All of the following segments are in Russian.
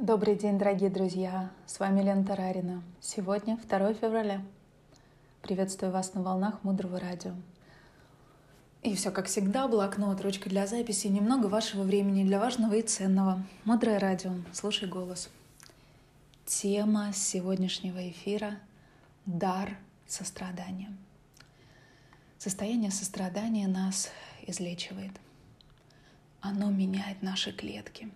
Добрый день, дорогие друзья! С вами Лена Тарарина. Сегодня 2 февраля. Приветствую вас на волнах Мудрого радио. И все как всегда, блокнот, ручка для записи, немного вашего времени для важного и ценного. Мудрое радио, слушай голос. Тема сегодняшнего эфира — дар сострадания. Состояние сострадания нас излечивает. Оно меняет наши клетки,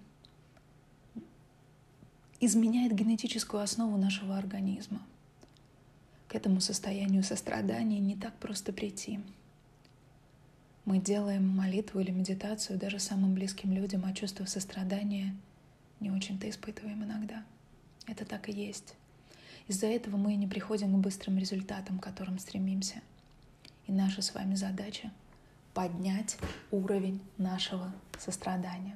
изменяет генетическую основу нашего организма. К этому состоянию сострадания не так просто прийти. Мы делаем молитву или медитацию даже самым близким людям, а чувство сострадания не очень-то испытываем иногда. Это так и есть. Из-за этого мы и не приходим к быстрым результатам, к которым стремимся. И наша с вами задача — поднять уровень нашего сострадания.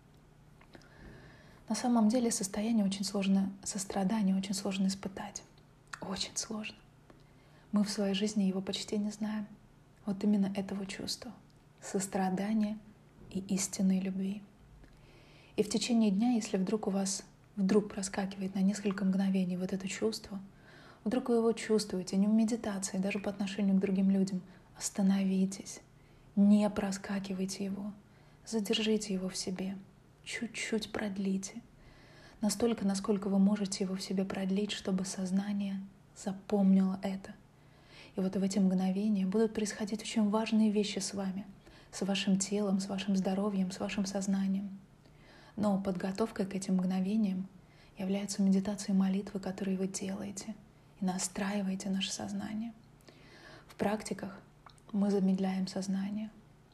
На самом деле сострадание очень сложно испытать. Очень сложно. Мы в своей жизни его почти не знаем. Вот именно этого чувства — сострадания и истинной любви. И в течение дня, если вдруг у вас проскакивает на несколько мгновений вот это чувство, вдруг вы его чувствуете не в медитации, даже по отношению к другим людям, остановитесь, не проскакивайте его, задержите его в себе. Чуть-чуть продлите. Настолько, насколько вы можете его в себе продлить, чтобы сознание запомнило это. И вот в эти мгновения будут происходить очень важные вещи с вами, с вашим телом, с вашим здоровьем, с вашим сознанием. Но подготовкой к этим мгновениям являются медитации и молитвы, которые вы делаете, и настраиваете наше сознание. В практиках мы замедляем сознание.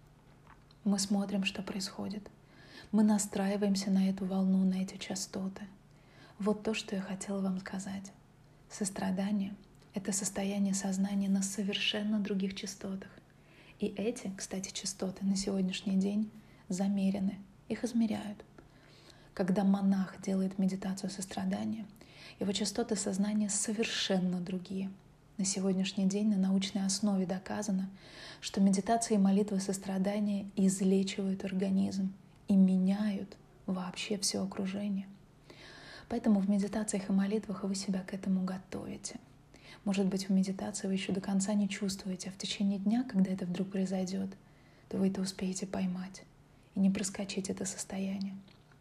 Мы смотрим, что происходит. Мы настраиваемся на эту волну, на эти частоты. Вот то, что я хотела вам сказать. Сострадание — это состояние сознания на совершенно других частотах. И эти, кстати, частоты на сегодняшний день замерены, их измеряют. Когда монах делает медитацию сострадания, его частоты сознания совершенно другие. На сегодняшний день на научной основе доказано, что медитация и молитва сострадания излечивают организм и меняют вообще все окружение. Поэтому в медитациях и молитвах вы себя к этому готовите. Может быть, в медитации вы еще до конца не чувствуете, а в течение дня, когда это вдруг произойдет, то вы это успеете поймать и не проскочить это состояние.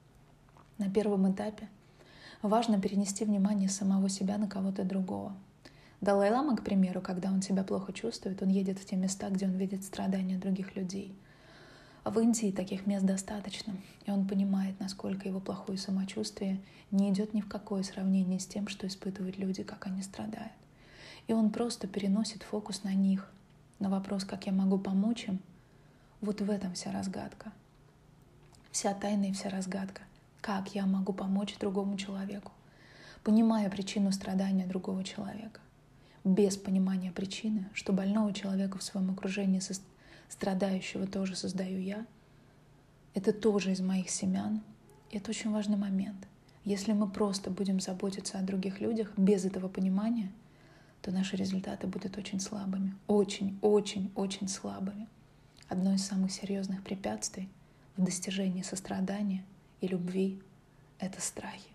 На первом этапе важно перенести внимание самого себя на кого-то другого. Далай-лама, к примеру, когда он себя плохо чувствует, он едет в те места, где он видит страдания других людей. А в Индии таких мест достаточно, и он понимает, насколько его плохое самочувствие не идет ни в какое сравнение с тем, что испытывают люди, как они страдают. И он просто переносит фокус на них, на вопрос, как я могу помочь им. Вот в этом вся разгадка. Вся тайна и вся разгадка. Как я могу помочь другому человеку, понимая причину страдания другого человека. Без понимания причины, что больного человека в своем окружении страдающего тоже создаю я, это тоже из моих семян. И это очень важный момент. Если мы просто будем заботиться о других людях без этого понимания, то наши результаты будут очень слабыми. Очень слабыми. Одно из самых серьезных препятствий в достижении сострадания и любви — это страхи.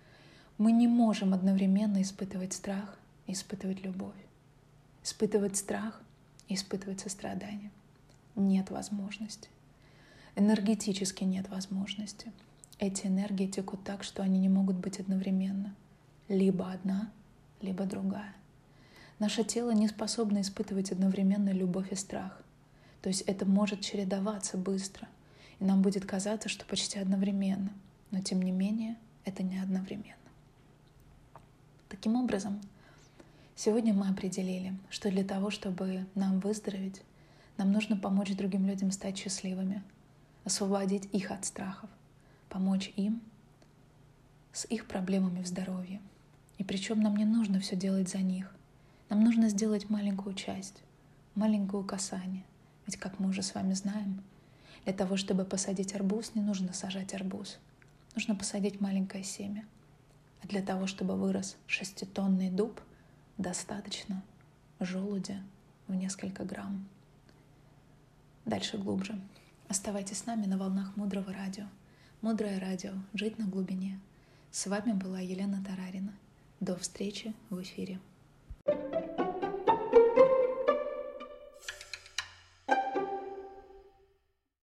Мы не можем одновременно испытывать страх и испытывать любовь. Испытывать страх и испытывать сострадание. Нет возможности. Энергетически нет возможности. Эти энергии текут так, что они не могут быть одновременно. Либо одна, либо другая. Наше тело не способно испытывать одновременно любовь и страх. То есть это может чередоваться быстро. И нам будет казаться, что почти одновременно. Но тем не менее, это не одновременно. Таким образом, сегодня мы определили, что для того, чтобы нам выздороветь, нам нужно помочь другим людям стать счастливыми, освободить их от страхов, помочь им с их проблемами в здоровье. И причем нам не нужно все делать за них. Нам нужно сделать маленькую часть, маленькое касание. Ведь, как мы уже с вами знаем, для того, чтобы посадить арбуз, не нужно сажать арбуз. Нужно посадить маленькое семя. А для того, чтобы вырос 6-тонный дуб, достаточно желудя в несколько грамм. Дальше глубже. Оставайтесь с нами на волнах Мудрого радио. Мудрое радио. Жить на глубине. С вами была Елена Тарарина. До встречи в эфире.